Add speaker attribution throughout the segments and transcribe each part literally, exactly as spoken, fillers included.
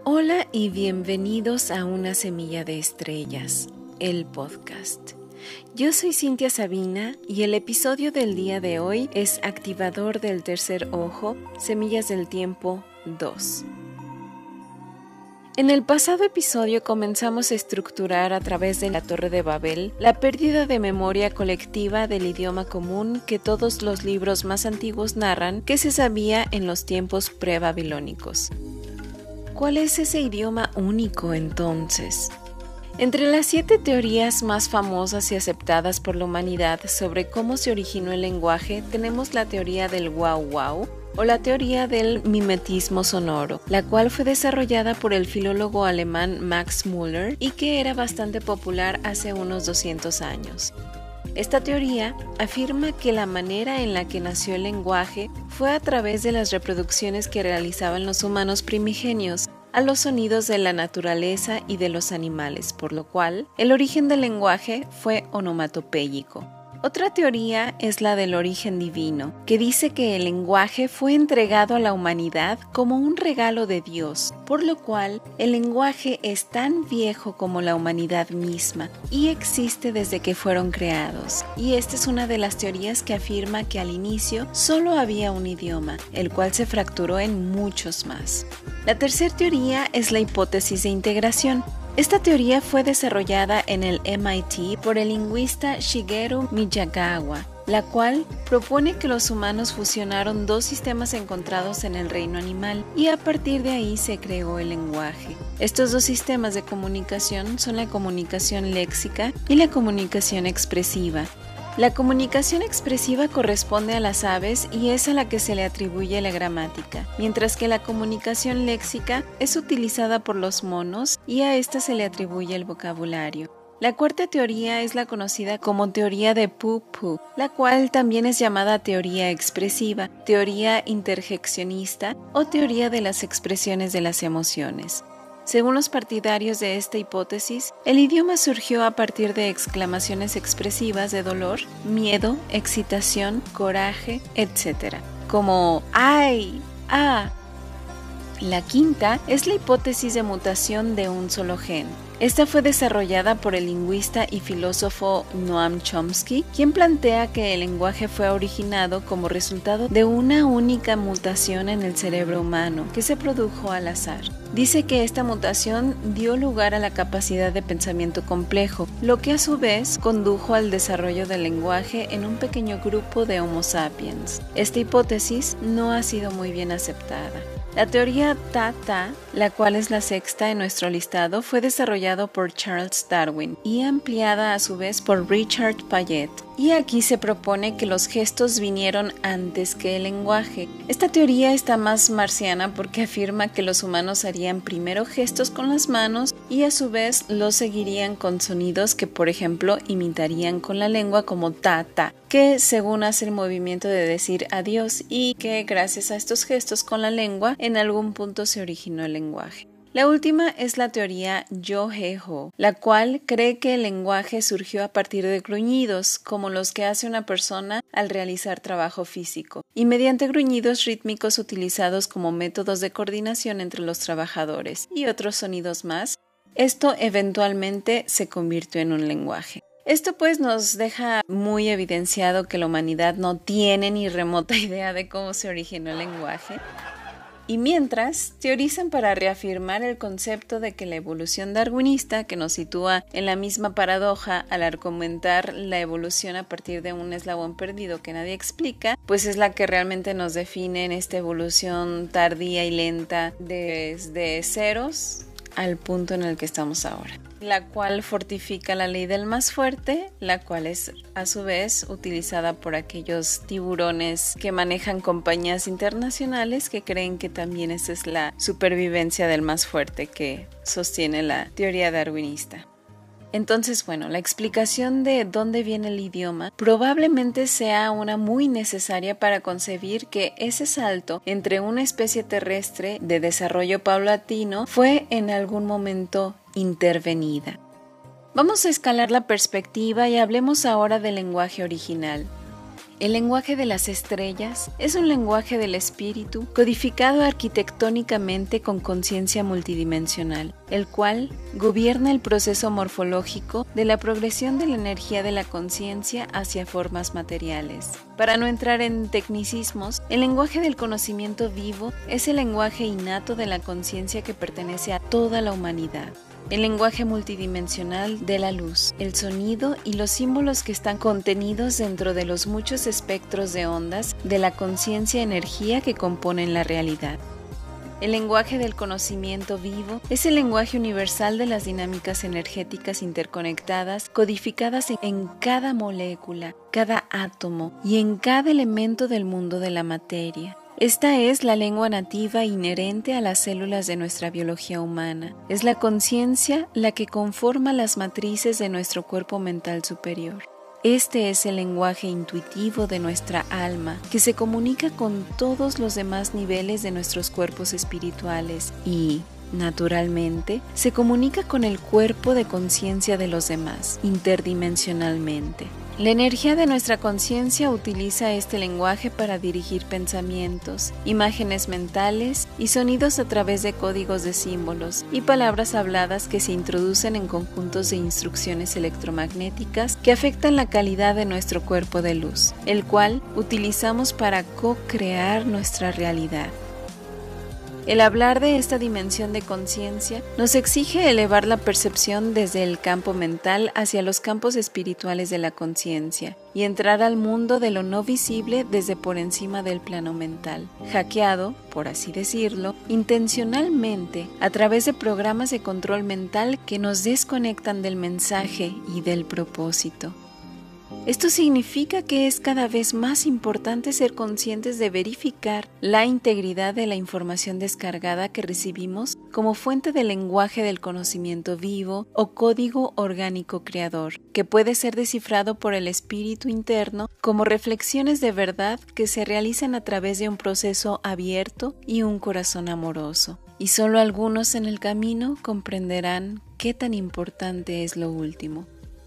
Speaker 1: Hola y bienvenidos a Una Semilla de Estrellas, el podcast. Yo soy Cintia Sabina y el episodio del día de hoy es Activador del Tercer Ojo, Semillas del Tiempo dos. En el pasado episodio comenzamos a estructurar a través de la Torre de Babel la pérdida de memoria colectiva del idioma común que todos los libros más antiguos narran que se sabía en los tiempos pre-babilónicos. ¿Cuál es ese idioma único entonces? Entre las siete teorías más famosas y aceptadas por la humanidad sobre cómo se originó el lenguaje, tenemos la teoría del wow wow o la teoría del mimetismo sonoro, la cual fue desarrollada por el filólogo alemán Max Müller y que era bastante popular hace unos doscientos años. Esta teoría afirma que la manera en la que nació el lenguaje fue a través de las reproducciones que realizaban los humanos primigenios a los sonidos de la naturaleza y de los animales, por lo cual el origen del lenguaje fue onomatopéyico. Otra teoría es la del origen divino, que dice que el lenguaje fue entregado a la humanidad como un regalo de Dios, por lo cual el lenguaje es tan viejo como la humanidad misma y existe desde que fueron creados. Y esta es una de las teorías que afirma que al inicio solo había un idioma, el cual se fracturó en muchos más. La tercera teoría es la hipótesis de integración. Esta teoría fue desarrollada en el M I T por el lingüista Shigeru Miyagawa, la cual propone que los humanos fusionaron dos sistemas encontrados en el reino animal y a partir de ahí se creó el lenguaje. Estos dos sistemas de comunicación son la comunicación léxica y la comunicación expresiva. La comunicación expresiva corresponde a las aves y es a la que se le atribuye la gramática, mientras que la comunicación léxica es utilizada por los monos y a esta se le atribuye el vocabulario. La cuarta teoría es la conocida como teoría de Pu-Pu, la cual también es llamada teoría expresiva, teoría interjeccionista o teoría de las expresiones de las emociones. Según los partidarios de esta hipótesis, el idioma surgió a partir de exclamaciones expresivas de dolor, miedo, excitación, coraje, etcétera, como ¡ay! ¡ah! La quinta es la hipótesis de mutación de un solo gen. Esta fue desarrollada por el lingüista y filósofo Noam Chomsky, quien plantea que el lenguaje fue originado como resultado de una única mutación en el cerebro humano que se produjo al azar. Dice que esta mutación dio lugar a la capacidad de pensamiento complejo, lo que a su vez condujo al desarrollo del lenguaje en un pequeño grupo de Homo sapiens. Esta hipótesis no ha sido muy bien aceptada. La teoría Ta-Ta, la cual es la sexta en nuestro listado, fue desarrollado por Charles Darwin y ampliada a su vez por Richard Payet. Y aquí se propone que los gestos vinieron antes que el lenguaje. Esta teoría está más marciana porque afirma que los humanos harían primero gestos con las manos y a su vez los seguirían con sonidos que, por ejemplo, imitarían con la lengua como ta-ta, que según hace el movimiento de decir adiós y que gracias a estos gestos con la lengua en algún punto se originó el lenguaje. La última es la teoría Yo-He-Ho, la cual cree que el lenguaje surgió a partir de gruñidos, como los que hace una persona al realizar trabajo físico, y mediante gruñidos rítmicos utilizados como métodos de coordinación entre los trabajadores, y otros sonidos más. Esto eventualmente se convirtió en un lenguaje. Esto pues nos deja muy evidenciado que la humanidad no tiene ni remota idea de cómo se originó el lenguaje. Y mientras, teorizan para reafirmar el concepto de que la evolución darwinista, que nos sitúa en la misma paradoja al argumentar la evolución a partir de un eslabón perdido que nadie explica, pues es la que realmente nos define en esta evolución tardía y lenta desde ceros al punto en el que estamos ahora, la cual fortifica la ley del más fuerte, la cual es a su vez utilizada por aquellos tiburones que manejan compañías internacionales que creen que también esa es la supervivencia del más fuerte que sostiene la teoría darwinista. Entonces, bueno, la explicación de dónde viene el idioma probablemente sea una muy necesaria para concebir que ese salto entre una especie terrestre de desarrollo paulatino fue en algún momento intervenida. Vamos a escalar la perspectiva y hablemos ahora del lenguaje original. El lenguaje de las estrellas es un lenguaje del espíritu codificado arquitectónicamente con conciencia multidimensional, el cual gobierna el proceso morfológico de la progresión de la energía de la conciencia hacia formas materiales. Para no entrar en tecnicismos, el lenguaje del conocimiento vivo es el lenguaje innato de la conciencia que pertenece a toda la humanidad. El lenguaje multidimensional de la luz, el sonido y los símbolos que están contenidos dentro de los muchos espectros de ondas de la conciencia-energía que componen la realidad. El lenguaje del conocimiento vivo es el lenguaje universal de las dinámicas energéticas interconectadas, codificadas en cada molécula, cada átomo y en cada elemento del mundo de la materia. Esta es la lengua nativa inherente a las células de nuestra biología humana. Es la conciencia la que conforma las matrices de nuestro cuerpo mental superior. Este es el lenguaje intuitivo de nuestra alma, que se comunica con todos los demás niveles de nuestros cuerpos espirituales y, naturalmente, se comunica con el cuerpo de conciencia de los demás, interdimensionalmente. La energía de nuestra conciencia utiliza este lenguaje para dirigir pensamientos, imágenes mentales y sonidos a través de códigos de símbolos y palabras habladas que se introducen en conjuntos de instrucciones electromagnéticas que afectan la calidad de nuestro cuerpo de luz, el cual utilizamos para co-crear nuestra realidad. El hablar de esta dimensión de conciencia nos exige elevar la percepción desde el campo mental hacia los campos espirituales de la conciencia y entrar al mundo de lo no visible desde por encima del plano mental, hackeado, por así decirlo, intencionalmente a través de programas de control mental que nos desconectan del mensaje y del propósito. Esto significa que es cada vez más importante ser conscientes de verificar la integridad de la información descargada que recibimos como fuente del lenguaje del conocimiento vivo o código orgánico creador, que puede ser descifrado por el espíritu interno como reflexiones de verdad que se realizan a través de un proceso abierto y un corazón amoroso. Y solo algunos en el camino comprenderán qué tan importante es lo último.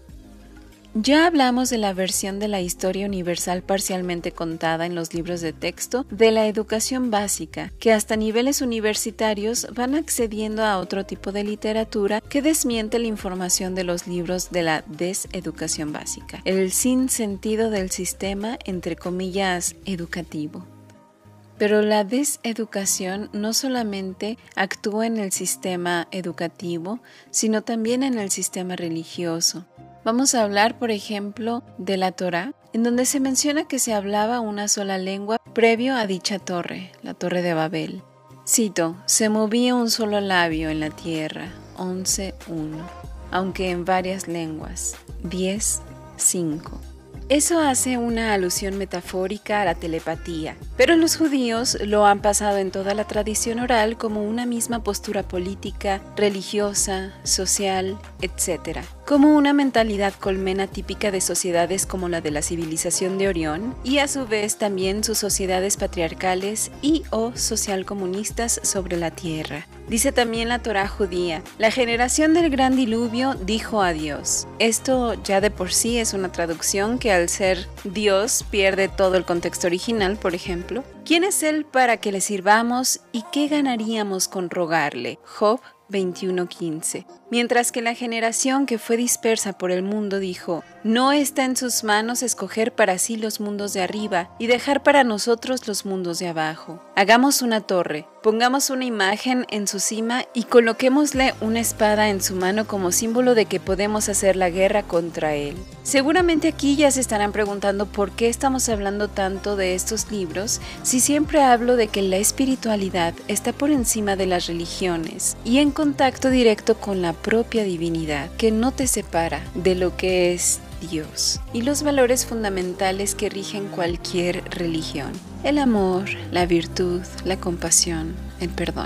Speaker 1: Ya hablamos de la versión de la historia universal parcialmente contada en los libros de texto de la educación básica, que hasta niveles universitarios van accediendo a otro tipo de literatura que desmiente la información de los libros de la deseducación básica, el sinsentido del sistema, entre comillas, educativo. Pero la deseducación no solamente actúa en el sistema educativo, sino también en el sistema religioso. Vamos a hablar, por ejemplo, de la Torá, en donde se menciona que se hablaba una sola lengua previo a dicha torre, la Torre de Babel. Cito, se movía un solo labio en la tierra, once uno, aunque en varias lenguas, diez cinco. Eso hace una alusión metafórica a la telepatía, pero los judíos lo han pasado en toda la tradición oral como una misma postura política, religiosa, social, etcétera, como una mentalidad colmena típica de sociedades como la de la civilización de Orión y a su vez también sus sociedades patriarcales y o socialcomunistas sobre la tierra. Dice también la Torá judía, la generación del gran diluvio dijo a Dios. Esto ya de por sí es una traducción que al ser Dios pierde todo el contexto original, por ejemplo. ¿Quién es Él para que le sirvamos y qué ganaríamos con rogarle? Job veintiuno quince. Mientras que la generación que fue dispersa por el mundo dijo, no está en sus manos escoger para sí los mundos de arriba y dejar para nosotros los mundos de abajo. Hagamos una torre, pongamos una imagen en su cima y coloquémosle una espada en su mano como símbolo de que podemos hacer la guerra contra él. Seguramente aquí ya se estarán preguntando por qué estamos hablando tanto de estos libros si siempre hablo de que la espiritualidad está por encima de las religiones y en contacto directo con la propia divinidad que no te separa de lo que es Dios y los valores fundamentales que rigen cualquier religión: el amor, la virtud, la compasión, el perdón.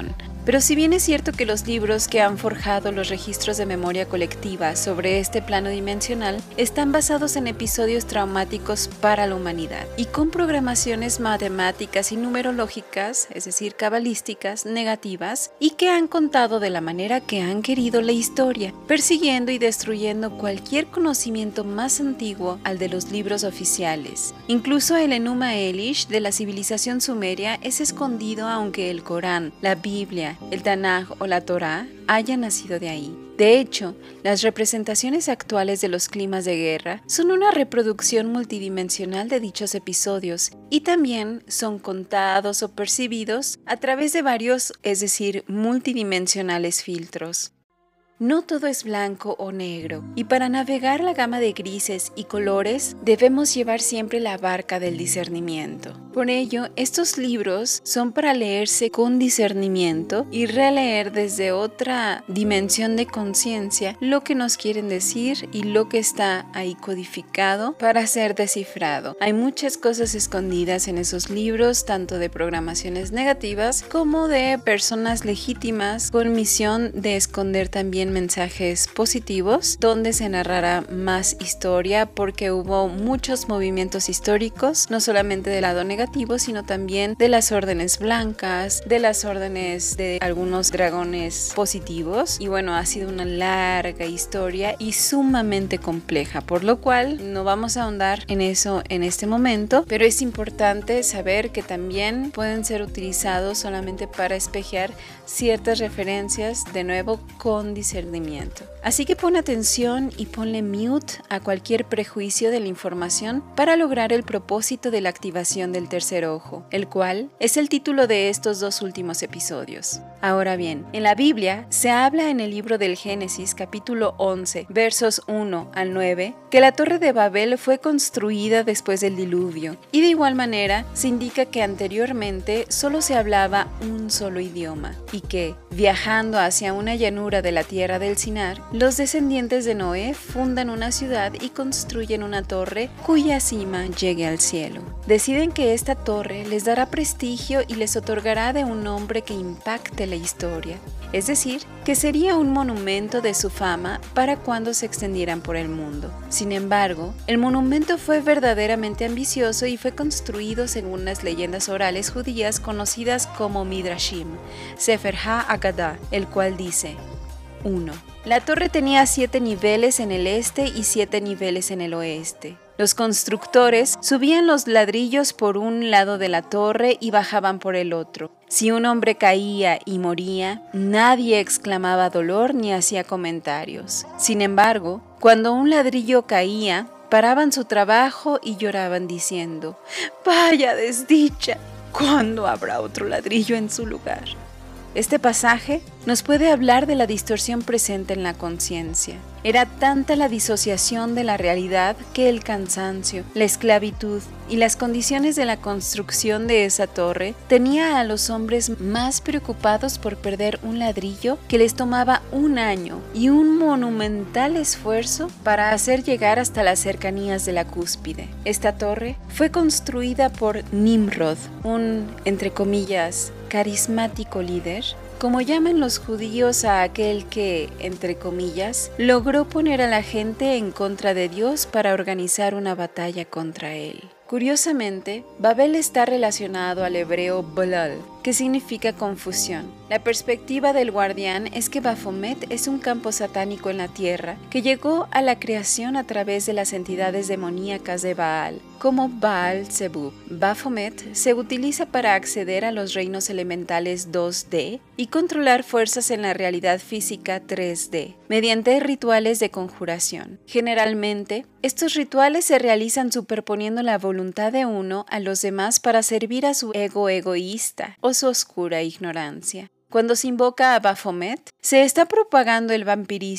Speaker 1: Pero si bien es cierto que los libros que han forjado los registros de memoria colectiva sobre este plano dimensional están basados en episodios traumáticos para la humanidad y con programaciones matemáticas y numerológicas, es decir, cabalísticas, negativas, y que han contado de la manera que han querido la historia, persiguiendo y destruyendo cualquier conocimiento más antiguo al de los libros oficiales. Incluso el Enuma Elish de la civilización sumeria es escondido, aunque el Corán, la Biblia, el Tanaj o la Torá haya nacido de ahí. De hecho, las representaciones actuales de los climas de guerra son una reproducción multidimensional de dichos episodios y también son contados o percibidos a través de varios, es decir, multidimensionales filtros. No todo es blanco o negro, y para navegar la gama de grises y colores debemos llevar siempre la barca del discernimiento. Por ello, estos libros son para leerse con discernimiento y releer desde otra dimensión de conciencia lo que nos quieren decir y lo que está ahí codificado para ser descifrado. Hay muchas cosas escondidas en esos libros, tanto de programaciones negativas como de personas legítimas con misión de esconder también mensajes positivos, donde se narrará más historia porque hubo muchos movimientos históricos, no solamente del lado negativo, sino también de las órdenes blancas, de las órdenes de algunos dragones positivos, y bueno, ha sido una larga historia y sumamente compleja, por lo cual no vamos a ahondar en eso en este momento, pero es importante saber que también pueden ser utilizados solamente para espejear ciertas referencias, de nuevo con discernimiento. Así que pon atención y ponle mute a cualquier prejuicio de la información para lograr el propósito de la activación del tercer ojo, el cual es el título de estos dos últimos episodios. Ahora bien, en la Biblia se habla en el libro del Génesis capítulo once, versos uno al nueve, que la Torre de Babel fue construida después del diluvio, y de igual manera se indica que anteriormente solo se hablaba un solo idioma, y que, viajando hacia una llanura de la tierra del Sinar, los descendientes de Noé fundan una ciudad y construyen una torre cuya cima llegue al cielo. Deciden que esta torre les dará prestigio y les otorgará de un nombre que impacte la historia, es decir, que sería un monumento de su fama para cuando se extendieran por el mundo. Sin embargo, el monumento fue verdaderamente ambicioso y fue construido según las leyendas orales judías conocidas como Midrashim, Sefer HaAgadah, el cual dice: uno. La torre tenía siete niveles en el este y siete niveles en el oeste. Los constructores subían los ladrillos por un lado de la torre y bajaban por el otro. Si un hombre caía y moría, nadie exclamaba dolor ni hacía comentarios. Sin embargo, cuando un ladrillo caía, paraban su trabajo y lloraban diciendo: ¡vaya desdicha! ¿Cuándo habrá otro ladrillo en su lugar? Este pasaje nos puede hablar de la distorsión presente en la conciencia. Era tanta la disociación de la realidad que el cansancio, la esclavitud y las condiciones de la construcción de esa torre tenía a los hombres más preocupados por perder un ladrillo que les tomaba un año y un monumental esfuerzo para hacer llegar hasta las cercanías de la cúspide. Esta torre fue construida por Nimrod, un, entre comillas, carismático líder, como llaman los judíos a aquel que, entre comillas, logró poner a la gente en contra de Dios para organizar una batalla contra él. Curiosamente, Babel está relacionado al hebreo Balal, que significa confusión. La perspectiva del guardián es que Baphomet es un campo satánico en la tierra que llegó a la creación a través de las entidades demoníacas de Baal, como Baal Zebub. Baphomet se utiliza para acceder a los reinos elementales dos D y controlar fuerzas en la realidad física tres D, mediante rituales de conjuración. Generalmente, estos rituales se realizan superponiendo la voluntad de uno a los demás para servir a su ego egoísta o su oscura ignorancia. Cuando se invoca a Baphomet, se está propagando el vampirismo,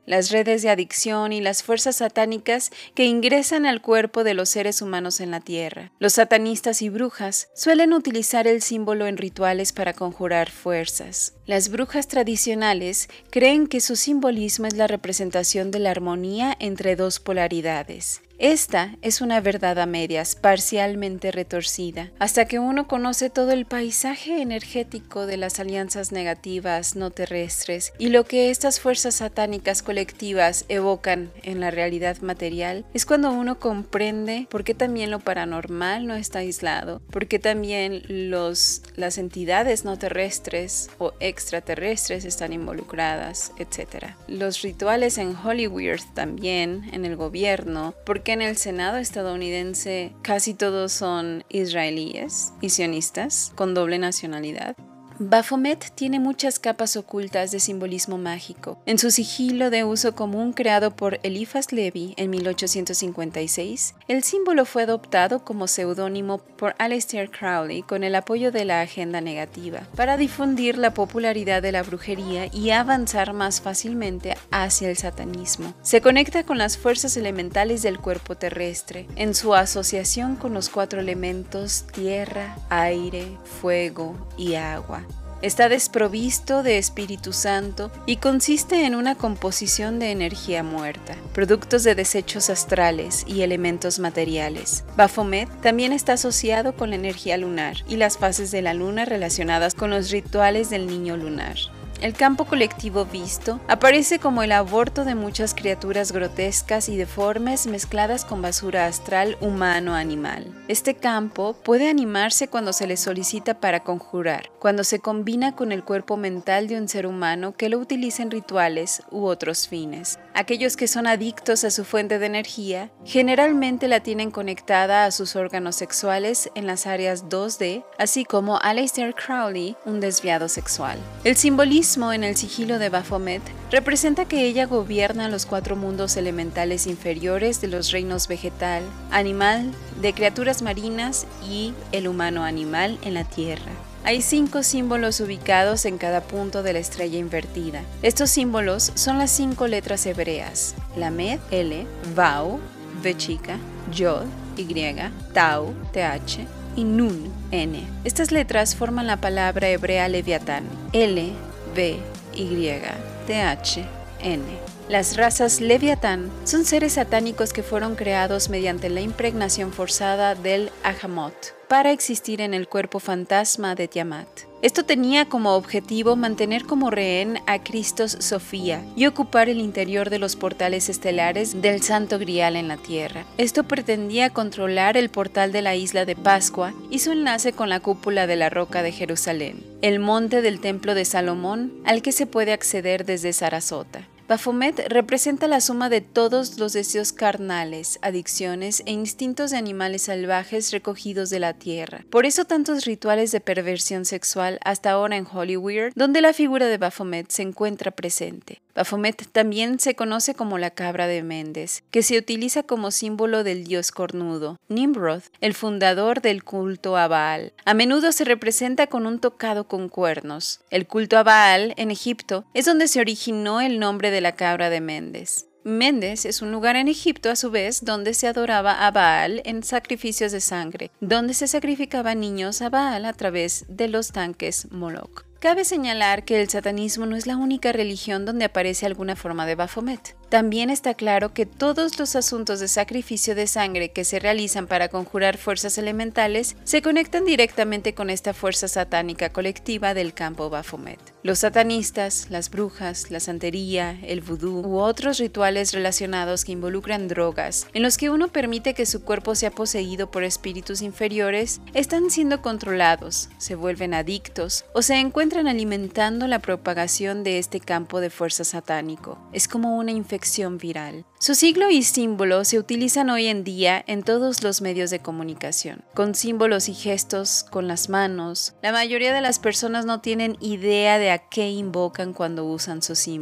Speaker 1: las redes de adicción y las fuerzas satánicas que ingresan al cuerpo de los seres humanos en la Tierra. Los satanistas y brujas suelen utilizar el símbolo en rituales para conjurar fuerzas. Las brujas tradicionales creen que su simbolismo es la representación de la armonía entre dos polaridades. Esta es una verdad a medias, parcialmente retorcida, hasta que uno conoce todo el paisaje energético de las alianzas negativas no terrestres y lo que estas fuerzas satánicas colectivas evocan en la realidad material, es cuando uno comprende por qué también lo paranormal no está aislado, por qué también los, las entidades no terrestres o extraterrestres están involucradas, etcétera. Los rituales en Hollywood también, en el gobierno, porque en el Senado estadounidense casi todos son israelíes y sionistas con doble nacionalidad. Baphomet tiene muchas capas ocultas de simbolismo mágico. En su sigilo de uso común creado por Eliphas Levi en mil ochocientos cincuenta y seis, el símbolo fue adoptado como seudónimo por Aleister Crowley con el apoyo de la agenda negativa, para difundir la popularidad de la brujería y avanzar más fácilmente hacia el satanismo. Se conecta con las fuerzas elementales del cuerpo terrestre, en su asociación con los cuatro elementos tierra, aire, fuego y agua. Está desprovisto de Espíritu Santo y consiste en una composición de energía muerta, productos de desechos astrales y elementos materiales. Baphomet también está asociado con la energía lunar y las fases de la luna relacionadas con los rituales del niño lunar. El campo colectivo visto aparece como el aborto de muchas criaturas grotescas y deformes mezcladas con basura astral humano-animal. Este campo puede animarse cuando se le solicita para conjurar, cuando se combina con el cuerpo mental de un ser humano que lo utiliza en rituales u otros fines. Aquellos que son adictos a su fuente de energía generalmente la tienen conectada a sus órganos sexuales en las áreas dos D, así como Aleister Crowley, un desviado sexual. El simbolismo en el sigilo de Baphomet representa que ella gobierna los cuatro mundos elementales inferiores de los reinos vegetal, animal, de criaturas marinas y el humano animal en la tierra. Hay cinco símbolos ubicados en cada punto de la estrella invertida. Estos símbolos son las cinco letras hebreas: Lamed, L, Vau, V chica, Yod, Y, Tau, T H y Nun, N. Estas letras forman la palabra hebrea Leviatán, L, V, Y, T H, N. Las razas Leviatán son seres satánicos que fueron creados mediante la impregnación forzada del Ahamot para existir en el cuerpo fantasma de Tiamat. Esto tenía como objetivo mantener como rehén a Christos Sofía y ocupar el interior de los portales estelares del Santo Grial en la Tierra. Esto pretendía controlar el portal de la isla de Pascua y su enlace con la cúpula de la Roca de Jerusalén, el monte del Templo de Salomón al que se puede acceder desde Sarasota. Baphomet representa la suma de todos los deseos carnales, adicciones e instintos de animales salvajes recogidos de la tierra. Por eso tantos rituales de perversión sexual hasta ahora en Hollywood, donde la figura de Baphomet se encuentra presente. Baphomet también se conoce como la cabra de Mendes, que se utiliza como símbolo del dios cornudo, Nimrod, el fundador del culto a Baal. A menudo se representa con un tocado con cuernos. El culto a Baal, en Egipto, es donde se originó el nombre de la cabra de Mendes. Mendes es un lugar en Egipto, a su vez, donde se adoraba a Baal en sacrificios de sangre, donde se sacrificaban niños a Baal a través de los tanques Moloch. Cabe señalar que el satanismo no es la única religión donde aparece alguna forma de Baphomet. También está claro que todos los asuntos de sacrificio de sangre que se realizan para conjurar fuerzas elementales se conectan directamente con esta fuerza satánica colectiva del campo Baphomet. Los satanistas, las brujas, la santería, el vudú u otros rituales relacionados que involucran drogas, en los que uno permite que su cuerpo sea poseído por espíritus inferiores, están siendo controlados, se vuelven adictos o se encuentran alimentando la propagación de este campo de fuerza satánico. Es como una infección viral. Su siglo y símbolo se utilizan hoy en día en todos los medios de comunicación, con símbolos y gestos con las manos. La mayoría de las personas no tienen idea de a qué invocan cuando usan su símbolo.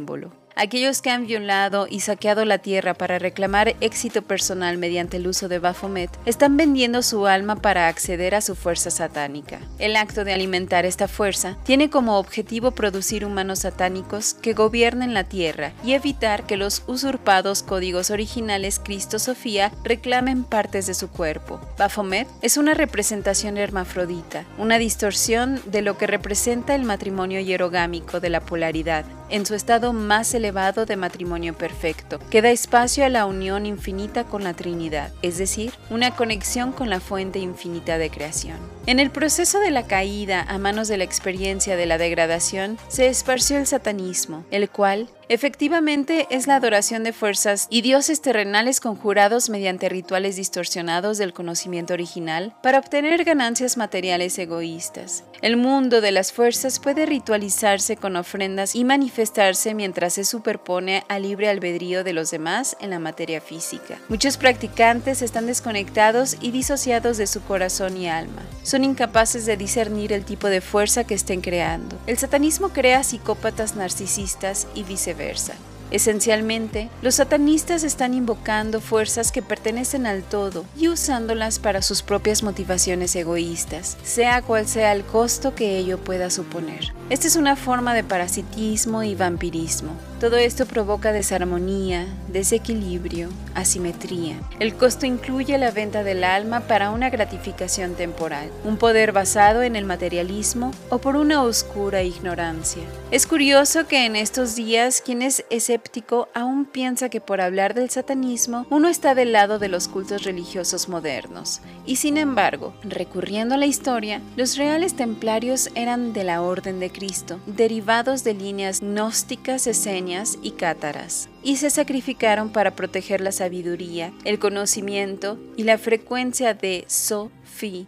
Speaker 1: Aquellos que han violado y saqueado la tierra para reclamar éxito personal mediante el uso de Baphomet están vendiendo su alma para acceder a su fuerza satánica. El acto de alimentar esta fuerza tiene como objetivo producir humanos satánicos que gobiernen la tierra y evitar que los usurpados códigos originales Cristo Sofía reclamen partes de su cuerpo. Baphomet es una representación hermafrodita, una distorsión de lo que representa el matrimonio hierogámico de la polaridad, en su estado más elevado de matrimonio perfecto, que da espacio a la unión infinita con la Trinidad, es decir, una conexión con la fuente infinita de creación. En el proceso de la caída a manos de la experiencia de la degradación, se esparció el satanismo, el cual efectivamente es la adoración de fuerzas y dioses terrenales conjurados mediante rituales distorsionados del conocimiento original para obtener ganancias materiales egoístas. El mundo de las fuerzas puede ritualizarse con ofrendas y manifestarse mientras se superpone al libre albedrío de los demás en la materia física. Muchos practicantes están desconectados y disociados de su corazón y alma. Son incapaces de discernir el tipo de fuerza que estén creando. El satanismo crea psicópatas narcisistas y viceversa. Esencialmente, los satanistas están invocando fuerzas que pertenecen al todo y usándolas para sus propias motivaciones egoístas, sea cual sea el costo que ello pueda suponer. Esta es una forma de parasitismo y vampirismo. Todo esto provoca desarmonía, desequilibrio, asimetría. El costo incluye la venta del alma para una gratificación temporal, un poder basado en el materialismo o por una oscura ignorancia. Es curioso que en estos días quien es escéptico aún piensa que por hablar del satanismo uno está del lado de los cultos religiosos modernos. Y sin embargo, recurriendo a la historia, los reales templarios eran de la Orden de Cristo, derivados de líneas gnósticas, esenias y cátaras, y se sacrificaron para proteger la sabiduría, el conocimiento y la frecuencia de Sofía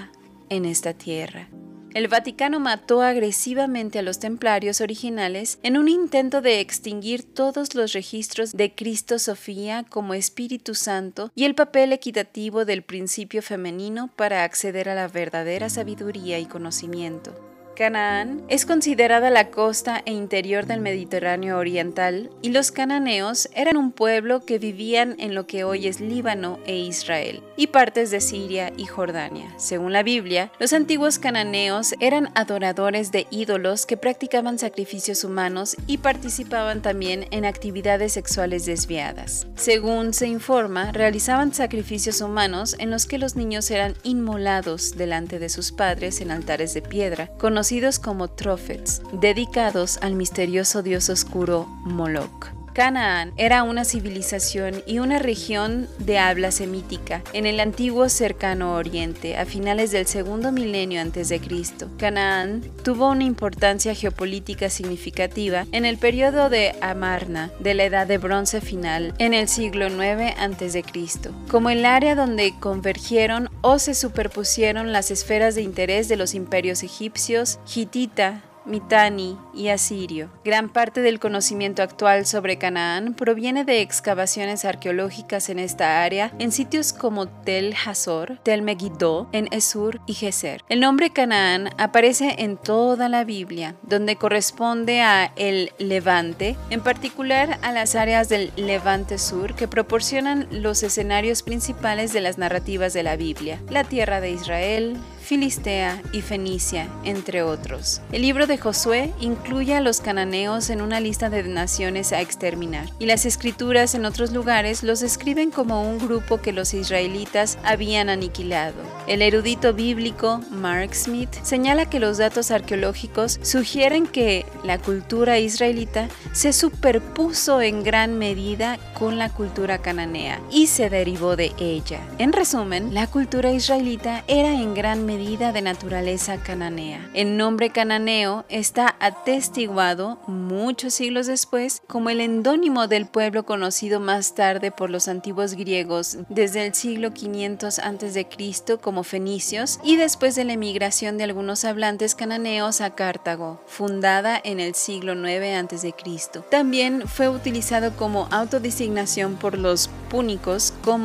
Speaker 1: en esta tierra. El Vaticano mató agresivamente a los templarios originales en un intento de extinguir todos los registros de Cristo Sofía como Espíritu Santo y el papel equitativo del principio femenino para acceder a la verdadera sabiduría y conocimiento. Canaán es considerada la costa e interior del Mediterráneo oriental y los cananeos eran un pueblo que vivían en lo que hoy es Líbano e Israel y partes de Siria y Jordania. Según la Biblia, los antiguos cananeos eran adoradores de ídolos que practicaban sacrificios humanos y participaban también en actividades sexuales desviadas. Según se informa, realizaban sacrificios humanos en los que los niños eran inmolados delante de sus padres en altares de piedra, conocidos como trophets, dedicados al misterioso dios oscuro Moloch. Canaán era una civilización y una región de habla semítica en el antiguo cercano oriente a finales del segundo milenio antes de Cristo. Canaán tuvo una importancia geopolítica significativa en el periodo de Amarna de la Edad de Bronce final en el siglo nueve antes de Cristo, como el área donde convergieron o se superpusieron las esferas de interés de los imperios egipcios, hitita, Mitanni y asirio. Gran parte del conocimiento actual sobre Canaán proviene de excavaciones arqueológicas en esta área en sitios como Tel Hazor, Tel Megiddo, en Esur y Geser. El nombre Canaán aparece en toda la Biblia, donde corresponde a el Levante, en particular a las áreas del Levante Sur que proporcionan los escenarios principales de las narrativas de la Biblia, la tierra de Israel, Filistea y Fenicia, entre otros. El libro de Josué incluye a los cananeos en una lista de naciones a exterminar, y las escrituras en otros lugares los describen como un grupo que los israelitas habían aniquilado. El erudito bíblico Mark Smith señala que los datos arqueológicos sugieren que la cultura israelita se superpuso en gran medida con la cultura cananea y se derivó de ella. En resumen, la cultura israelita era en gran medida medida de naturaleza cananea. El nombre cananeo está atestiguado muchos siglos después como el endónimo del pueblo conocido más tarde por los antiguos griegos desde el siglo quinientos antes de Cristo como fenicios y después de la emigración de algunos hablantes cananeos a Cartago, fundada en el siglo nueve antes de Cristo. También fue utilizado como autodesignación por los púnicos como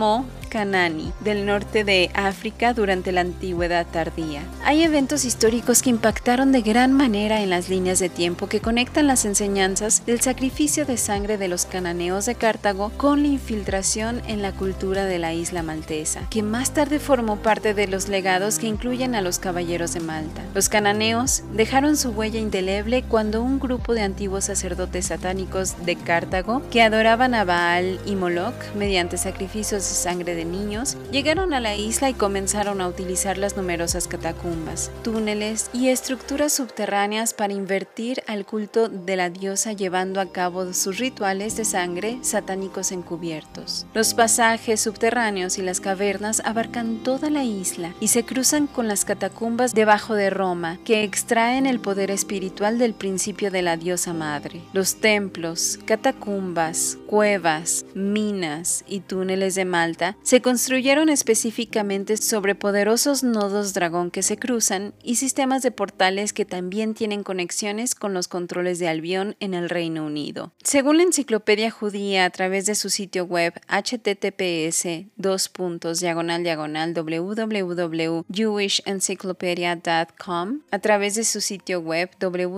Speaker 1: Kanani, del norte de África durante la antigüedad tardía. Hay eventos históricos que impactaron de gran manera en las líneas de tiempo que conectan las enseñanzas del sacrificio de sangre de los cananeos de Cartago con la infiltración en la cultura de la isla maltesa, que más tarde formó parte de los legados que incluyen a los caballeros de Malta. Los cananeos dejaron su huella indeleble cuando un grupo de antiguos sacerdotes satánicos de Cartago, que adoraban a Baal y Moloch mediante sacrificios de sangre de niños, llegaron a la isla y comenzaron a utilizar las numerosas catacumbas, túneles y estructuras subterráneas para invertir al culto de la diosa, llevando a cabo sus rituales de sangre satánicos encubiertos. Los pasajes subterráneos y las cavernas abarcan toda la isla y se cruzan con las catacumbas debajo de Roma, que extraen el poder espiritual del principio de la diosa madre. Los templos, catacumbas, cuevas, minas y túneles de Malta se construyeron específicamente sobre poderosos nodos dragón que se cruzan y sistemas de portales que también tienen conexiones con los controles de Albión en el Reino Unido. Según la Enciclopedia Judía, a través de su sitio web https dos puntos diagonal diagonal www punto jewish encyclopedia punto com, a través de su sitio web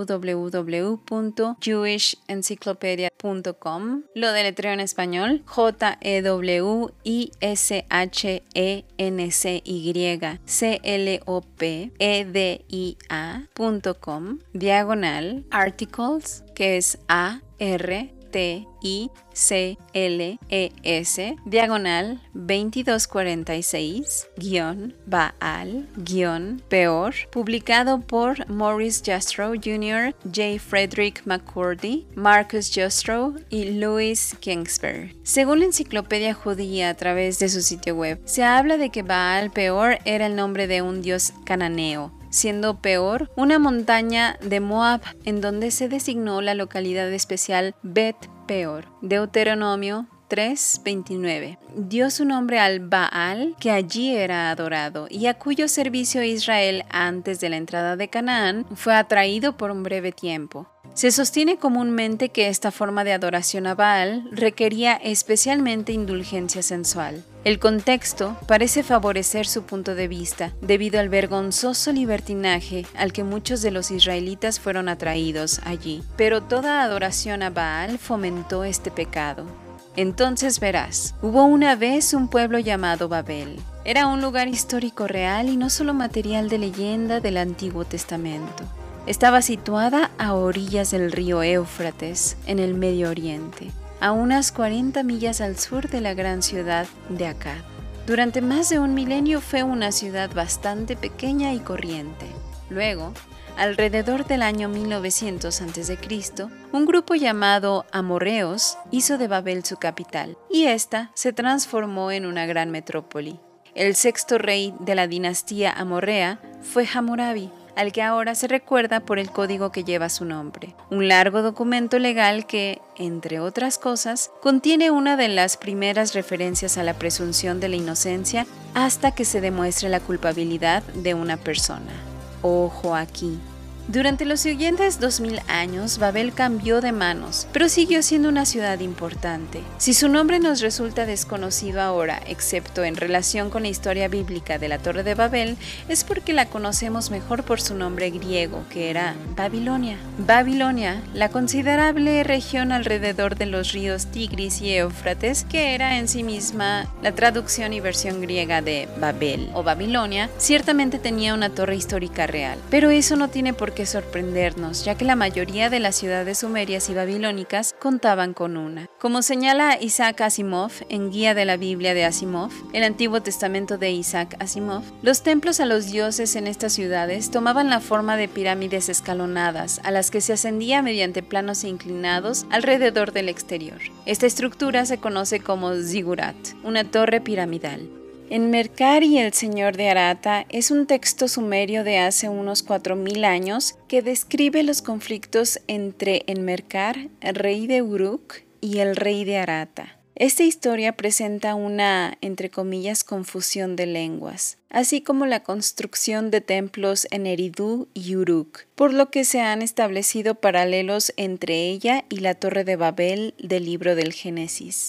Speaker 1: www punto jewish encyclopedia punto com, lo deletreo en español J E W I S H E N C Y C L O P E D I A punto com, diagonal articles, que es A R T I C L E S, diagonal veintidós cuarenta y seis, guión Baal, guión peor, publicado por Maurice Jastrow junior, J. Frederick McCurdy, Marcus Jastrow y Louis Kingsbury. Según la Enciclopedia Judía, a través de su sitio web, se habla de que Baal Peor era el nombre de un dios cananeo, siendo Peor una montaña de Moab, en donde se designó la localidad especial Bet Peor. Deuteronomio tres veintinueve. Dio su nombre al Baal, que allí era adorado, y a cuyo servicio Israel, antes de la entrada de Canaán, fue atraído por un breve tiempo. Se sostiene comúnmente que esta forma de adoración a Baal requería especialmente indulgencia sensual. El contexto parece favorecer su punto de vista, debido al vergonzoso libertinaje al que muchos de los israelitas fueron atraídos allí. Pero toda adoración a Baal fomentó este pecado. Entonces verás, hubo una vez un pueblo llamado Babel. Era un lugar histórico real y no solo material de leyenda del Antiguo Testamento. Estaba situada a orillas del río Éufrates, en el Medio Oriente, a unas cuarenta millas al sur de la gran ciudad de Akkad. Durante más de un milenio fue una ciudad bastante pequeña y corriente. Luego, alrededor del año mil novecientos antes de Cristo, un grupo llamado amorreos hizo de Babel su capital, y ésta se transformó en una gran metrópoli. El sexto rey de la dinastía amorrea fue Hammurabi, al que ahora se recuerda por el código que lleva su nombre, un largo documento legal que, entre otras cosas, contiene una de las primeras referencias a la presunción de la inocencia hasta que se demuestre la culpabilidad de una persona. Ojo aquí. Durante los siguientes dos mil años, Babel cambió de manos, pero siguió siendo una ciudad importante. Si su nombre nos resulta desconocido ahora, excepto en relación con la historia bíblica de la Torre de Babel, es porque la conocemos mejor por su nombre griego, que era Babilonia. Babilonia, la considerable región alrededor de los ríos Tigris y Éufrates, que era en sí misma la traducción y versión griega de Babel o Babilonia, ciertamente tenía una torre histórica real, pero eso no tiene por qué sorprendernos, ya que la mayoría de las ciudades sumerias y babilónicas contaban con una. Como señala Isaac Asimov en Guía de la Biblia de Asimov, el Antiguo Testamento de Isaac Asimov, los templos a los dioses en estas ciudades tomaban la forma de pirámides escalonadas, a las que se ascendía mediante planos inclinados alrededor del exterior. Esta estructura se conoce como zigurat, una torre piramidal. Enmerkar y el Señor de Arata es un texto sumerio de hace unos cuatro mil años que describe los conflictos entre Enmerkar, el rey de Uruk, y el rey de Arata. Esta historia presenta una, entre comillas, confusión de lenguas, así como la construcción de templos en Eridu y Uruk, por lo que se han establecido paralelos entre ella y la Torre de Babel del libro del Génesis.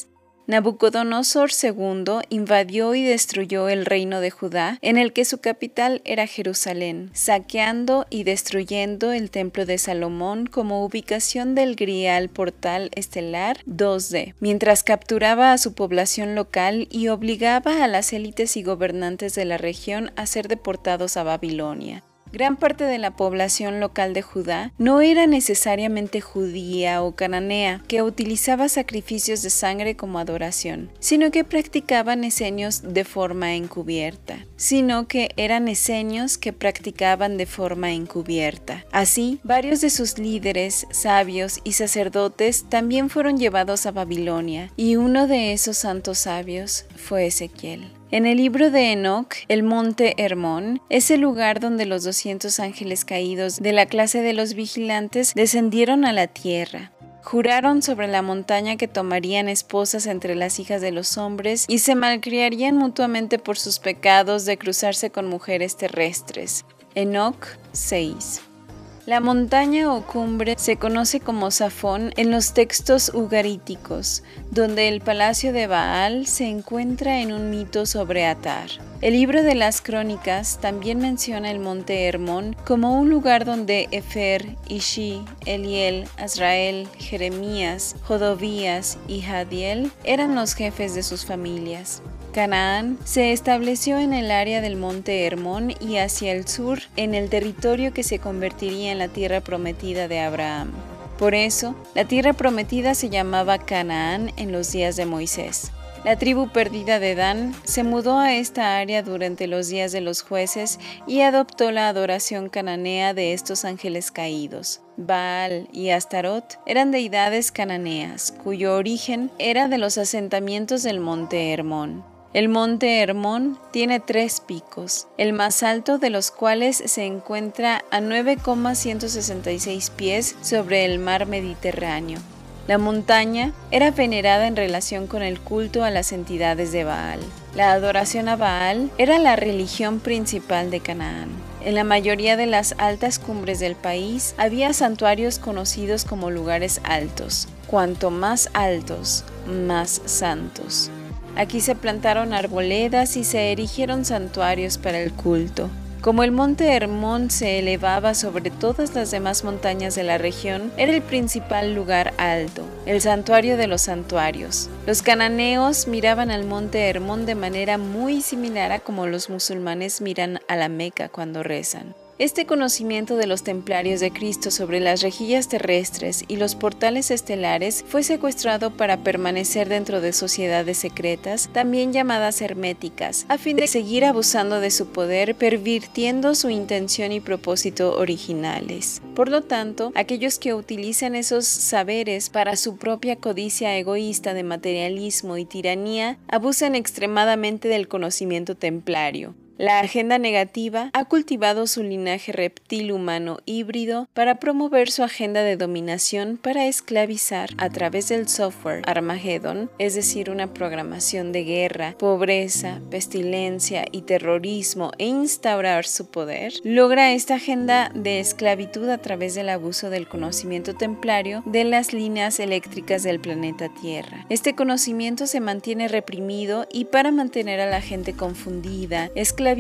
Speaker 1: Nabucodonosor segundo invadió y destruyó el reino de Judá, en el que su capital era Jerusalén, saqueando y destruyendo el templo de Salomón como ubicación del Grial Portal Estelar dos D, mientras capturaba a su población local y obligaba a las élites y gobernantes de la región a ser deportados a Babilonia. Gran parte de la población local de Judá no era necesariamente judía o cananea, que utilizaba sacrificios de sangre como adoración, sino que practicaban esenios de forma encubierta, sino que eran esenios que practicaban de forma encubierta. Así, varios de sus líderes, sabios y sacerdotes también fueron llevados a Babilonia, y uno de esos santos sabios fue Ezequiel. En el libro de Enoc, el monte Hermón es el lugar donde los doscientos ángeles caídos de la clase de los vigilantes descendieron a la tierra. Juraron sobre la montaña que tomarían esposas entre las hijas de los hombres y se malcriarían mutuamente por sus pecados de cruzarse con mujeres terrestres. Enoc seis. La montaña o cumbre se conoce como Safón en los textos ugaríticos, donde el palacio de Baal se encuentra en un mito sobre Atar. El libro de las Crónicas también menciona el monte Hermón como un lugar donde Efer, Ishi, Eliel, Azrael, Jeremías, Jodovías y Jadiel eran los jefes de sus familias. Canaán se estableció en el área del monte Hermón y hacia el sur en el territorio que se convertiría en la tierra prometida de Abraham. Por eso, la tierra prometida se llamaba Canaán en los días de Moisés. La tribu perdida de Dan se mudó a esta área durante los días de los jueces y adoptó la adoración cananea de estos ángeles caídos. Baal y Astarot eran deidades cananeas, cuyo origen era de los asentamientos del monte Hermón. El monte Hermón tiene tres picos, el más alto de los cuales se encuentra a nueve coma ciento sesenta y seis pies sobre el mar Mediterráneo. La montaña era venerada en relación con el culto a las entidades de Baal. La adoración a Baal era la religión principal de Canaán. En la mayoría de las altas cumbres del país había santuarios conocidos como lugares altos. Cuanto más altos, más santos. Aquí se plantaron arboledas y se erigieron santuarios para el culto. Como el monte Hermón se elevaba sobre todas las demás montañas de la región, era el principal lugar alto, el santuario de los santuarios. Los cananeos miraban al monte Hermón de manera muy similar a como los musulmanes miran a la Meca cuando rezan. Este conocimiento de los templarios de Cristo sobre las rejillas terrestres y los portales estelares fue secuestrado para permanecer dentro de sociedades secretas, también llamadas herméticas, a fin de seguir abusando de su poder, pervirtiendo su intención y propósito originales. Por lo tanto, aquellos que utilizan esos saberes para su propia codicia egoísta de materialismo y tiranía, abusan extremadamente del conocimiento templario. La agenda negativa ha cultivado su linaje reptil humano híbrido para promover su agenda de dominación para esclavizar a través del software Armageddon, es decir, una programación de guerra, pobreza, pestilencia y terrorismo e instaurar su poder. Logra esta agenda de esclavitud a través del abuso del conocimiento templario de las líneas eléctricas del planeta Tierra. Este conocimiento se mantiene reprimido y para mantener a la gente confundida, esclavizada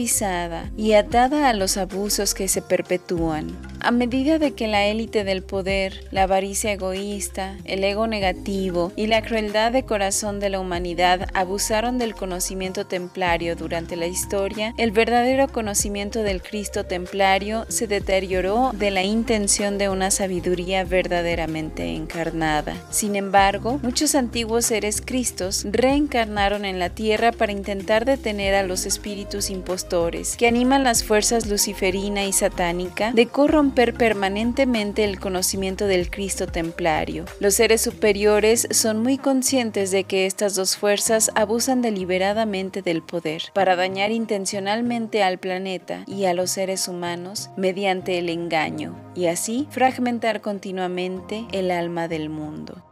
Speaker 1: y atada a los abusos que se perpetúan. A medida de que la élite del poder, la avaricia egoísta, el ego negativo y la crueldad de corazón de la humanidad abusaron del conocimiento templario durante la historia, el verdadero conocimiento del Cristo templario se deterioró de la intención de una sabiduría verdaderamente encarnada. Sin embargo, muchos antiguos seres cristos reencarnaron en la tierra para intentar detener a los espíritus impostores que animan las fuerzas luciferina y satánica de corromper permanentemente el conocimiento del Cristo templario. Los seres superiores son muy conscientes de que estas dos fuerzas abusan deliberadamente del poder para dañar intencionalmente al planeta y a los seres humanos mediante el engaño y así fragmentar continuamente el alma del mundo.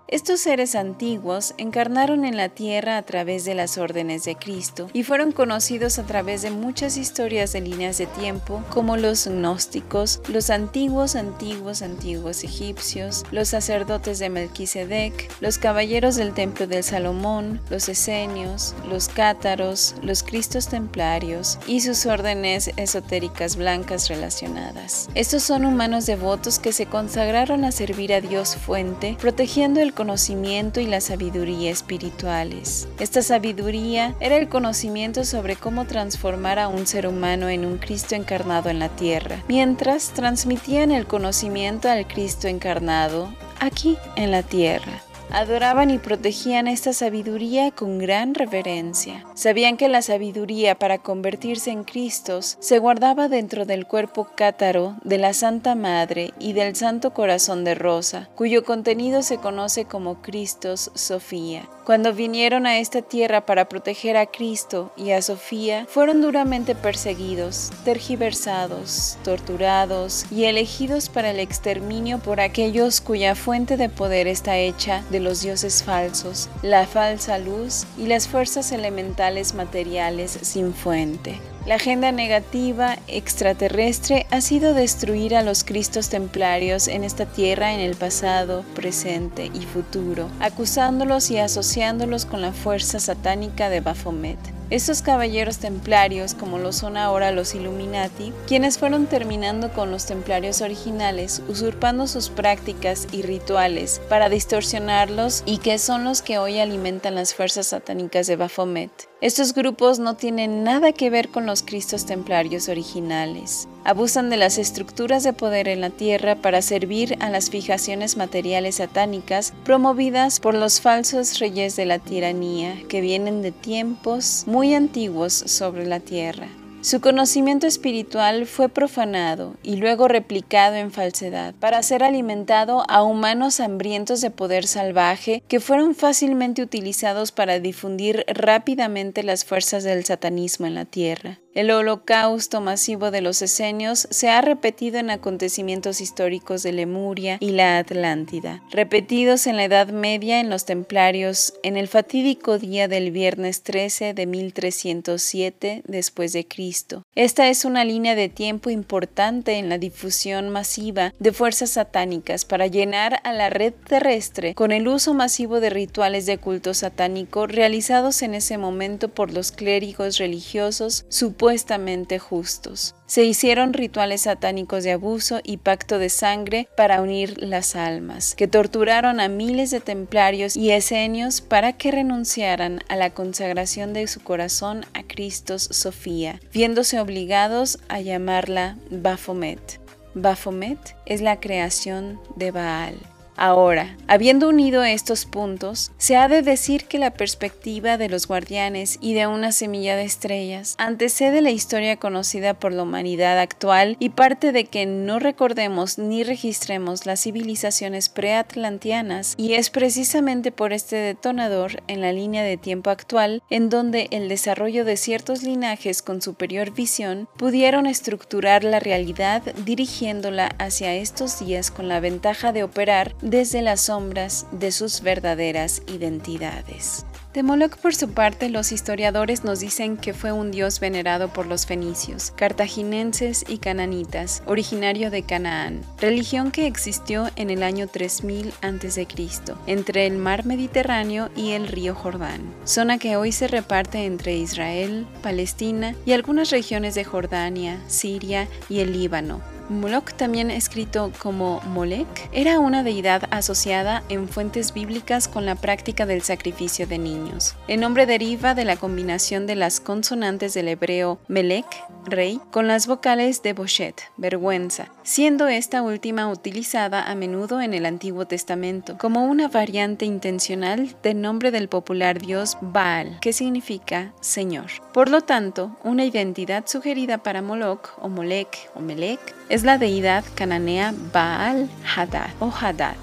Speaker 1: Estos seres antiguos encarnaron en la tierra a través de las órdenes de Cristo y fueron conocidos a través de muchas historias de líneas de tiempo como los gnósticos, los antiguos, antiguos, antiguos egipcios, los sacerdotes de Melquisedec, los caballeros del templo de Salomón, los esenios, los cátaros, los cristos templarios y sus órdenes esotéricas blancas relacionadas. Estos son humanos devotos que se consagraron a servir a Dios fuente, protegiendo el conocimiento y la sabiduría espirituales. Esta sabiduría era el conocimiento sobre cómo transformar a un ser humano en un Cristo encarnado en la tierra, mientras transmitían el conocimiento al Cristo encarnado aquí en la tierra. Adoraban y protegían esta sabiduría con gran reverencia. Sabían que la sabiduría para convertirse en Cristos se guardaba dentro del cuerpo cátaro de la Santa Madre y del Santo Corazón de Rosa, cuyo contenido se conoce como Christos Sofía. Cuando vinieron a esta tierra para proteger a Cristo y a Sofía, fueron duramente perseguidos, tergiversados, torturados y elegidos para el exterminio por aquellos cuya fuente de poder está hecha de los dioses falsos, la falsa luz y las fuerzas elementales materiales sin fuente. La agenda negativa extraterrestre ha sido destruir a los Cristos templarios en esta tierra en el pasado, presente y futuro, acusándolos y asociándolos con la fuerza satánica de Baphomet. Estos caballeros templarios, como lo son ahora los Illuminati, quienes fueron terminando con los templarios originales, usurpando sus prácticas y rituales para distorsionarlos y que son los que hoy alimentan las fuerzas satánicas de Baphomet. Estos grupos no tienen nada que ver con los Cristos templarios originales. Abusan de las estructuras de poder en la tierra para servir a las fijaciones materiales satánicas promovidas por los falsos reyes de la tiranía que vienen de tiempos muy antiguos sobre la tierra. Su conocimiento espiritual fue profanado y luego replicado en falsedad para ser alimentado a humanos hambrientos de poder salvaje que fueron fácilmente utilizados para difundir rápidamente las fuerzas del satanismo en la tierra. El holocausto masivo de los esenios se ha repetido en acontecimientos históricos de Lemuria y la Atlántida, repetidos en la Edad Media en los templarios en el fatídico día del viernes trece de mil trescientos siete después de Cristo. Esta es una línea de tiempo importante en la difusión masiva de fuerzas satánicas para llenar a la red terrestre con el uso masivo de rituales de culto satánico realizados en ese momento por los clérigos religiosos supuestamente justos. Se hicieron rituales satánicos de abuso y pacto de sangre para unir las almas, que torturaron a miles de templarios y esenios para que renunciaran a la consagración de su corazón a Christos Sofía, viéndose obligados a llamarla Baphomet. Baphomet es la creación de Baal. Ahora, habiendo unido estos puntos, se ha de decir que la perspectiva de los guardianes y de una semilla de estrellas antecede la historia conocida por la humanidad actual y parte de que no recordemos ni registremos las civilizaciones preatlantianas, y es precisamente por este detonador en la línea de tiempo actual en donde el desarrollo de ciertos linajes con superior visión pudieron estructurar la realidad dirigiéndola hacia estos días con la ventaja de operar desde las sombras de sus verdaderas identidades. De Moloch, por su parte, los historiadores nos dicen que fue un dios venerado por los fenicios, cartaginenses y cananitas, originario de Canaán, religión que existió en el año tres mil antes de Cristo, entre el mar Mediterráneo y el río Jordán, zona que hoy se reparte entre Israel, Palestina y algunas regiones de Jordania, Siria y el Líbano. Moloch, también escrito como Molech, era una deidad asociada en fuentes bíblicas con la práctica del sacrificio de niños. El nombre deriva de la combinación de las consonantes del hebreo Melech, rey, con las vocales de Boshet, vergüenza, siendo esta última utilizada a menudo en el Antiguo Testamento como una variante intencional del nombre del popular dios Baal, que significa Señor. Por lo tanto, una identidad sugerida para Moloch o Molech o Melech es la deidad cananea Baal Hadad o Hadad.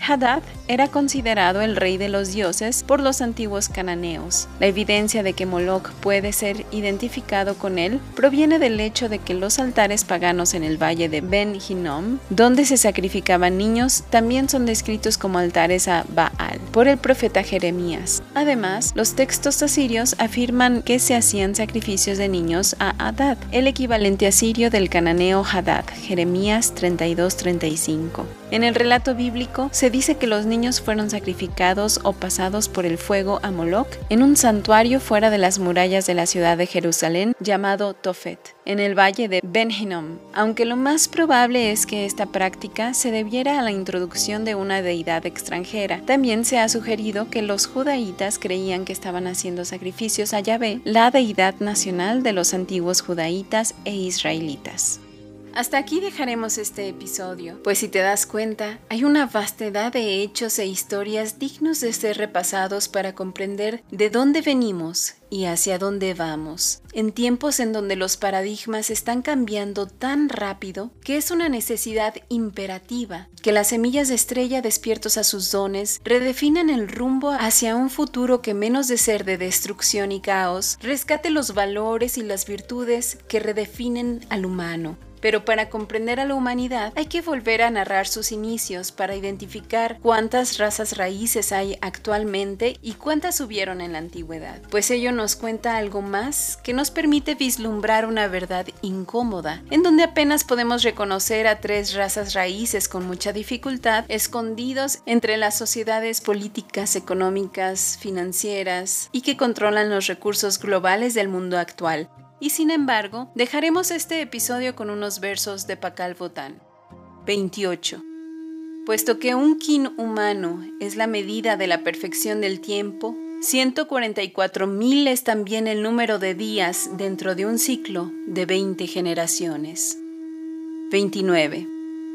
Speaker 1: Hadad era considerado el rey de los dioses por los antiguos cananeos. La evidencia de que Moloch puede ser identificado con él proviene del hecho de que los altares paganos en el valle de Ben Hinnom, donde se sacrificaban niños, también son descritos como altares a Baal por el profeta Jeremías. Además, los textos asirios afirman que se hacían sacrificios de niños a Hadad, el equivalente asirio del cananeo Hadad, Jeremías treinta y dos treinta y cinco. En el relato bíblico se dice que los niños fueron sacrificados o pasados por el fuego a Moloch en un santuario fuera de las murallas de la ciudad de Jerusalén llamado Tofet, en el valle de Ben Hinnom, aunque lo más probable es que esta práctica se debiera a la introducción de una deidad extranjera. También se ha sugerido que los judaítas creían que estaban haciendo sacrificios a Yahvé, la deidad nacional de los antiguos judaítas e israelitas. Hasta aquí dejaremos este episodio, pues si te das cuenta, hay una vastedad de hechos e historias dignos de ser repasados para comprender de dónde venimos y hacia dónde vamos, en tiempos en donde los paradigmas están cambiando tan rápido que es una necesidad imperativa que las semillas de estrella despiertos a sus dones redefinan el rumbo hacia un futuro que, menos de ser de destrucción y caos, rescate los valores y las virtudes que redefinen al humano. Pero para comprender a la humanidad hay que volver a narrar sus inicios para identificar cuántas razas raíces hay actualmente y cuántas hubieron en la antigüedad, pues ello nos cuenta algo más que nos permite vislumbrar una verdad incómoda, en donde apenas podemos reconocer a tres razas raíces con mucha dificultad, escondidos entre las sociedades políticas, económicas, financieras y que controlan los recursos globales del mundo actual. Y sin embargo, dejaremos este episodio con unos versos de Pakal Botán. veintiocho. Puesto que un kin humano es la medida de la perfección del tiempo, ciento cuarenta y cuatro mil es también el número de días dentro de un ciclo de veinte generaciones. veintinueve.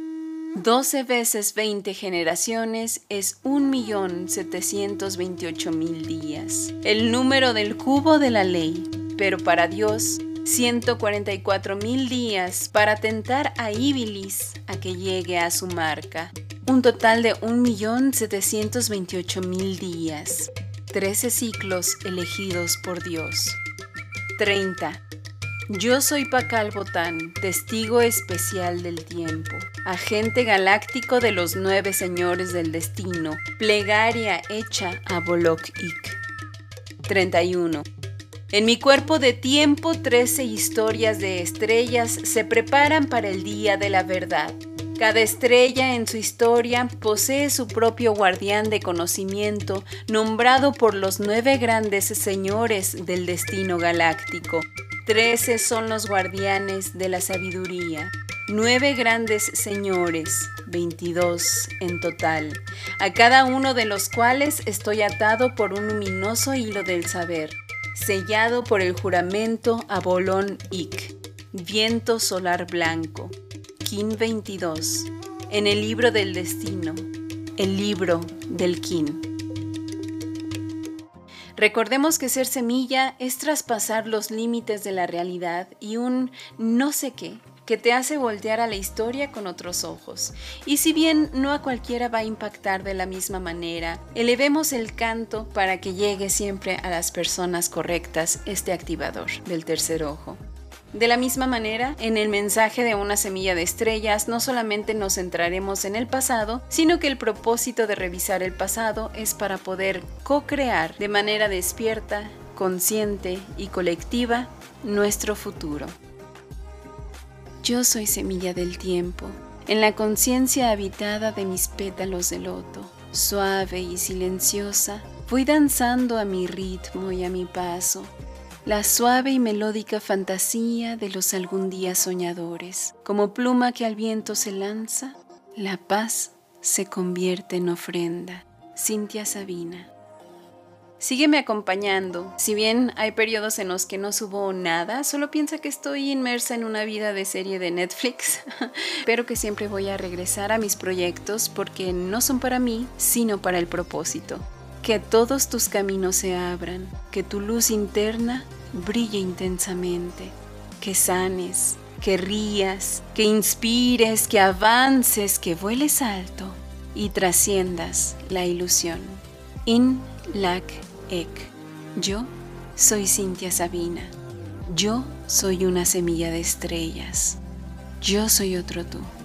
Speaker 1: doce veces veinte generaciones es un millón setecientos veintiocho mil días, el número del cubo de la ley. Pero para Dios, ciento cuarenta y cuatro mil días para tentar a Ibilis a que llegue a su marca. Un total de un millón setecientos veintiocho mil días. trece ciclos elegidos por Dios. treinta. Yo soy Pakal Botán, testigo especial del tiempo, agente galáctico de los nueve señores del destino, plegaria hecha a Bolok-ik. treinta y uno. En mi cuerpo de tiempo, trece historias de estrellas se preparan para el día de la verdad. Cada estrella en su historia posee su propio guardián de conocimiento, nombrado por los nueve grandes señores del destino galáctico. Trece son los guardianes de la sabiduría. Nueve grandes señores, veintidós en total, a cada uno de los cuales estoy atado por un luminoso hilo del saber, sellado por el juramento a Bolon-ik, viento solar blanco, Kin veintidós, en el libro del destino, el libro del Kin. Recordemos que ser semilla es traspasar los límites de la realidad y un no sé qué que te hace voltear a la historia con otros ojos. Y si bien no a cualquiera va a impactar de la misma manera, elevemos el canto para que llegue siempre a las personas correctas este activador del tercer ojo. De la misma manera, en el mensaje de una semilla de estrellas no solamente nos centraremos en el pasado, sino que el propósito de revisar el pasado es para poder co-crear de manera despierta, consciente y colectiva nuestro futuro. Yo soy semilla del tiempo, en la conciencia habitada de mis pétalos de loto, suave y silenciosa, voy danzando a mi ritmo y a mi paso, la suave y melódica fantasía de los algún día soñadores. Como pluma que al viento se lanza, la paz se convierte en ofrenda. Cintia Sabina. Sígueme acompañando. Si bien hay periodos en los que no subo nada, solo piensa que estoy inmersa en una vida de serie de Netflix, pero que siempre voy a regresar a mis proyectos porque no son para mí, sino para el propósito. Que todos tus caminos se abran, que tu luz interna brille intensamente, que sanes, que rías, que inspires, que avances, que vueles alto y trasciendas la ilusión. In Lac Ek. Yo soy Cintia Sabina. Yo soy una semilla de estrellas. Yo soy otro tú.